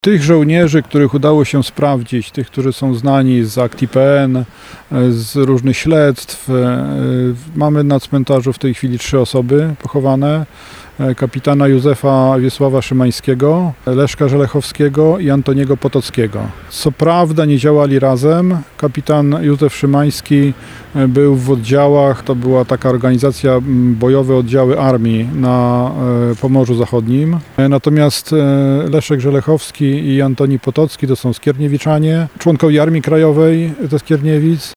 Tych żołnierzy, których udało się sprawdzić, tych, którzy są znani z akt IPN, z różnych śledztw, mamy na cmentarzu w tej chwili 3 osoby pochowane. Kapitana Józefa Wiesława Szymańskiego, Leszka Żelechowskiego i Antoniego Potockiego. Co prawda nie działali razem. Kapitan Józef Szymański był w oddziałach, to była taka organizacja, bojowe oddziały armii na Pomorzu Zachodnim. Natomiast Leszek Żelechowski i Antoni Potocki to są skierniewiczanie, członkowie Armii Krajowej ze Skierniewic.